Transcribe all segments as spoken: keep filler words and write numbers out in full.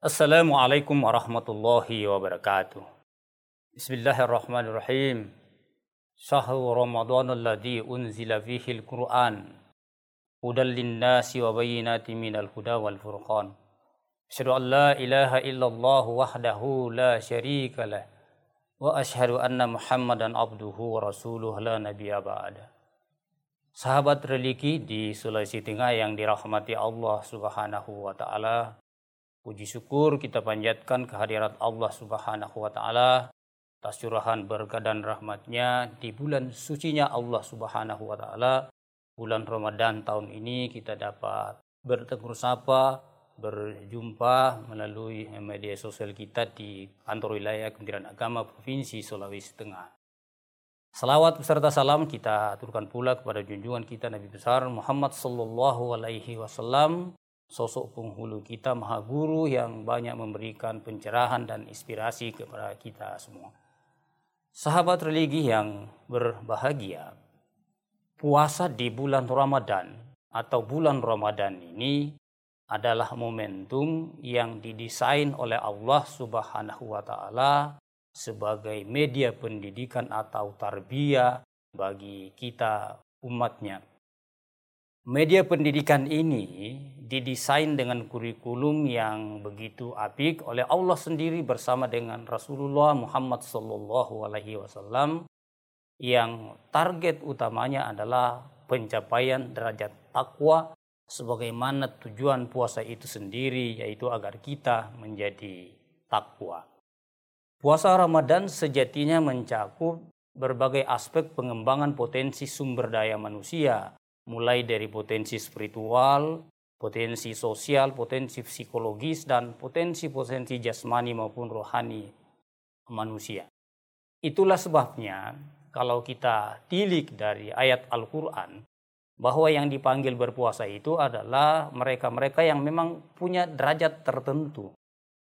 Assalamualaikum warahmatullahi wabarakatuh. Bismillahirrahmanirrahim. Syahrul Ramadan alladzi unzila fihi al-Qur'an hudal lin-nasi wa bayyinatin minal huda wal furqan. Asyhadu an la ilaha illallah wahdahu la syarika lah wa asyhadu anna Muhammadan abduhu wa rasuluhu la nabiyya ba'da. Sahabat religi di Sulawesi Tengah yang dirahmati Allah Subhanahu wa taala, puji syukur kita panjatkan kehadirat Allah Subhanahu wa taala atas curahan berkah dan rahmatnya di bulan sucinya Allah Subhanahu wa taala. Bulan Ramadan tahun ini kita dapat bertegur sapa, berjumpa melalui media sosial kita di kantor wilayah Kementerian Agama Provinsi Sulawesi Tengah. Salawat beserta salam kita aturkan pula kepada junjungan kita Nabi besar Muhammad sallallahu alaihi wasallam, sosok penghulu kita, maha guru yang banyak memberikan pencerahan dan inspirasi kepada kita semua. Sahabat religi yang berbahagia, puasa di bulan Ramadan atau bulan Ramadan ini adalah momentum yang didesain oleh Allah Subhanahu wa taala sebagai media pendidikan atau tarbiyah bagi kita umatnya. Media pendidikan ini didesain dengan kurikulum yang begitu apik oleh Allah sendiri bersama dengan Rasulullah Muhammad sallallahu alaihi wasallam, yang target utamanya adalah pencapaian derajat takwa sebagaimana tujuan puasa itu sendiri, yaitu agar kita menjadi takwa. Puasa Ramadan sejatinya mencakup berbagai aspek pengembangan potensi sumber daya manusia, mulai dari potensi spiritual, potensi sosial, potensi psikologis, dan potensi-potensi jasmani maupun rohani manusia. Itulah sebabnya kalau kita tilik dari ayat Al-Quran, bahwa yang dipanggil berpuasa itu adalah mereka-mereka yang memang punya derajat tertentu.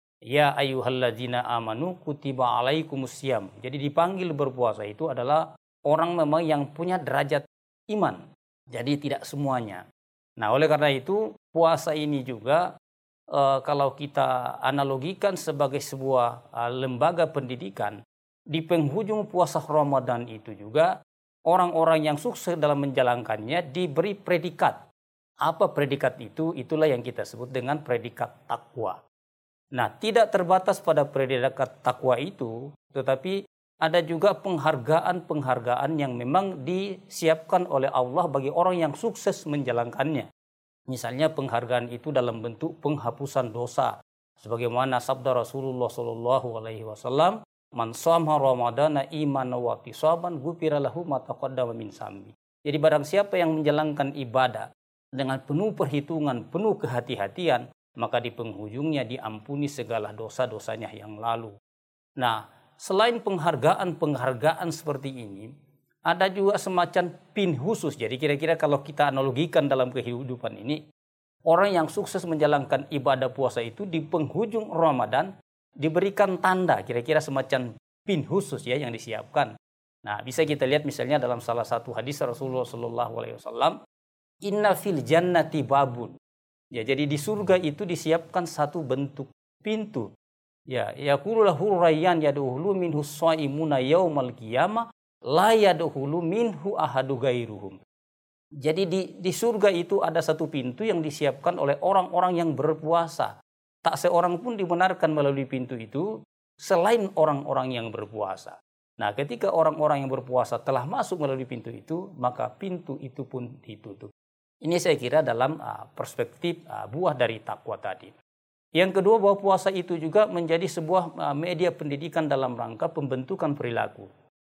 Ya ayyuhalladzina amanu kutiba alaikumusiyam. Jadi dipanggil berpuasa itu adalah orang memang yang punya derajat iman. Jadi tidak semuanya. Nah, oleh karena itu puasa ini juga e, kalau kita analogikan sebagai sebuah e, lembaga pendidikan, di penghujung puasa Ramadan itu juga orang-orang yang sukses dalam menjalankannya diberi predikat. Apa predikat itu? Itulah yang kita sebut dengan predikat takwa. Nah, tidak terbatas pada predikat takwa itu, tetapi ada juga penghargaan-penghargaan yang memang disiapkan oleh Allah bagi orang yang sukses menjalankannya. Misalnya penghargaan itu dalam bentuk penghapusan dosa, sebagaimana sabda Rasulullah sallallahu alaihi wasallam, "Man shoma ramadana imanan wa ihtisaban ghufira lahu ma taqaddama min dzambi." Jadi barang siapa yang menjalankan ibadah dengan penuh perhitungan, penuh kehati-hatian, maka di penghujungnya diampuni segala dosa-dosanya yang lalu. Nah, selain penghargaan-penghargaan seperti ini, ada juga semacam pin khusus. Jadi kira-kira kalau kita analogikan dalam kehidupan ini, orang yang sukses menjalankan ibadah puasa itu di penghujung Ramadan diberikan tanda, kira-kira semacam pin khusus ya yang disiapkan. Nah, bisa kita lihat misalnya dalam salah satu hadis Rasulullah Shallallahu Alaihi Wasallam, Inna fil jannati babun. Ya, jadi di surga itu disiapkan satu bentuk pintu. Ya, yaqulu lahu rayyan yadkhulu minhu shaimuna yaumal qiyamah la yadkhulu minhu ahadu ghairuhum. Jadi di di surga itu ada satu pintu yang disiapkan oleh orang-orang yang berpuasa. Tak seorang pun dibenarkan melalui pintu itu selain orang-orang yang berpuasa. Nah, ketika orang-orang yang berpuasa telah masuk melalui pintu itu, maka pintu itu pun ditutup. Ini saya kira dalam uh, perspektif uh, buah dari takwa tadi. Yang kedua, bahwa puasa itu juga menjadi sebuah uh, media pendidikan dalam rangka pembentukan perilaku.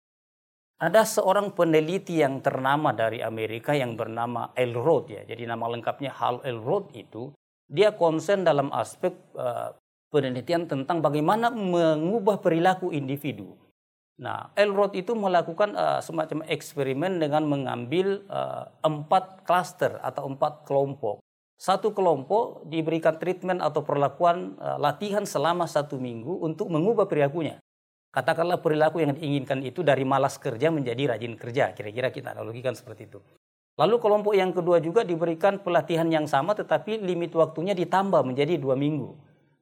Ada seorang peneliti yang ternama dari Amerika yang bernama Elrod ya. Jadi nama lengkapnya Hal Elrod itu, dia konsen dalam aspek uh, penelitian tentang bagaimana mengubah perilaku individu. Nah, Elrod itu melakukan uh, semacam eksperimen dengan mengambil uh, empat klaster atau empat kelompok. Satu kelompok diberikan treatment atau perlakuan uh, latihan selama satu minggu untuk mengubah perilakunya. Katakanlah perilaku yang diinginkan itu dari malas kerja menjadi rajin kerja. Kira-kira kita analogikan seperti itu. Lalu kelompok yang kedua juga diberikan pelatihan yang sama tetapi limit waktunya ditambah menjadi dua minggu.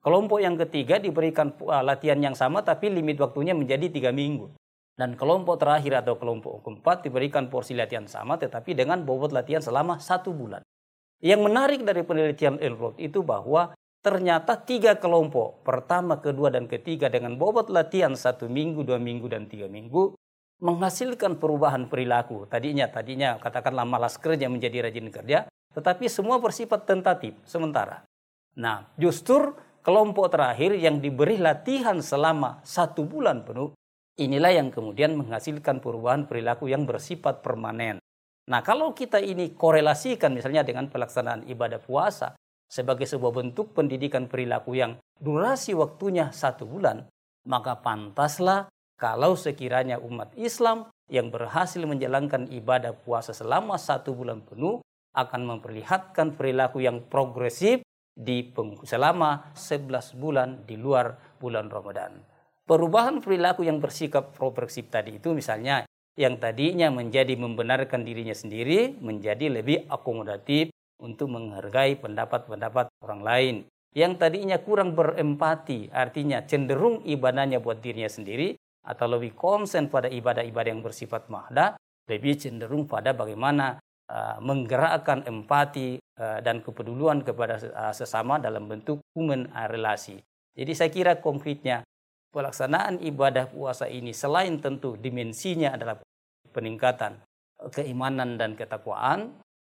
Kelompok yang ketiga diberikan latihan yang sama tapi limit waktunya menjadi tiga minggu. Dan kelompok terakhir atau kelompok keempat diberikan porsi latihan sama tetapi dengan bobot latihan selama satu bulan. Yang menarik dari penelitian Elrod itu bahwa ternyata tiga kelompok, pertama, kedua, dan ketiga dengan bobot latihan satu minggu, dua minggu, dan tiga minggu menghasilkan perubahan perilaku. Tadinya, tadinya katakanlah malas kerja menjadi rajin kerja, tetapi semua bersifat tentatif sementara. Nah, justru kelompok terakhir yang diberi latihan selama satu bulan penuh, inilah yang kemudian menghasilkan perubahan perilaku yang bersifat permanen. Nah, kalau kita ini korelasikan misalnya dengan pelaksanaan ibadah puasa sebagai sebuah bentuk pendidikan perilaku yang durasi waktunya satu bulan, maka pantaslah kalau sekiranya umat Islam yang berhasil menjalankan ibadah puasa selama satu bulan penuh akan memperlihatkan perilaku yang progresif di selama sebelas bulan di luar bulan Ramadan. Perubahan perilaku yang bersikap progresif tadi itu misalnya yang tadinya menjadi membenarkan dirinya sendiri menjadi lebih akomodatif untuk menghargai pendapat-pendapat orang lain. Yang tadinya kurang berempati, artinya cenderung ibadahnya buat dirinya sendiri atau lebih konsen pada ibadah-ibadah yang bersifat mahdah, lebih cenderung pada bagaimana uh, menggerakkan empati uh, dan kepedulian kepada uh, sesama dalam bentuk human relasi. Jadi saya kira konkretnya pelaksanaan ibadah puasa ini selain tentu dimensinya adalah peningkatan keimanan dan ketakwaan,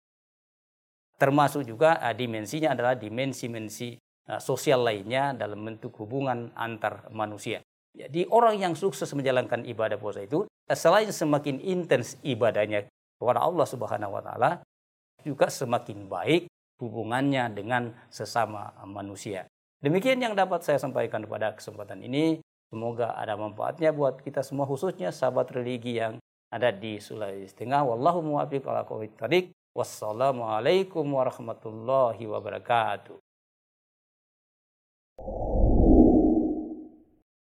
termasuk juga uh, dimensinya adalah dimensi-dimensi uh, sosial lainnya dalam bentuk hubungan antar manusia. Jadi orang yang sukses menjalankan ibadah puasa itu uh, selain semakin intens ibadahnya kepada Allah Subhanahu wa taala, juga semakin baik hubungannya dengan sesama manusia. Demikian yang dapat saya sampaikan pada kesempatan ini. Semoga ada manfaatnya buat kita semua, khususnya sahabat religi yang ada di Sulawesi Tengah. Wallahu muwaffiq ala aqwamit thoriq. Wassalamualaikum warahmatullahi wabarakatuh.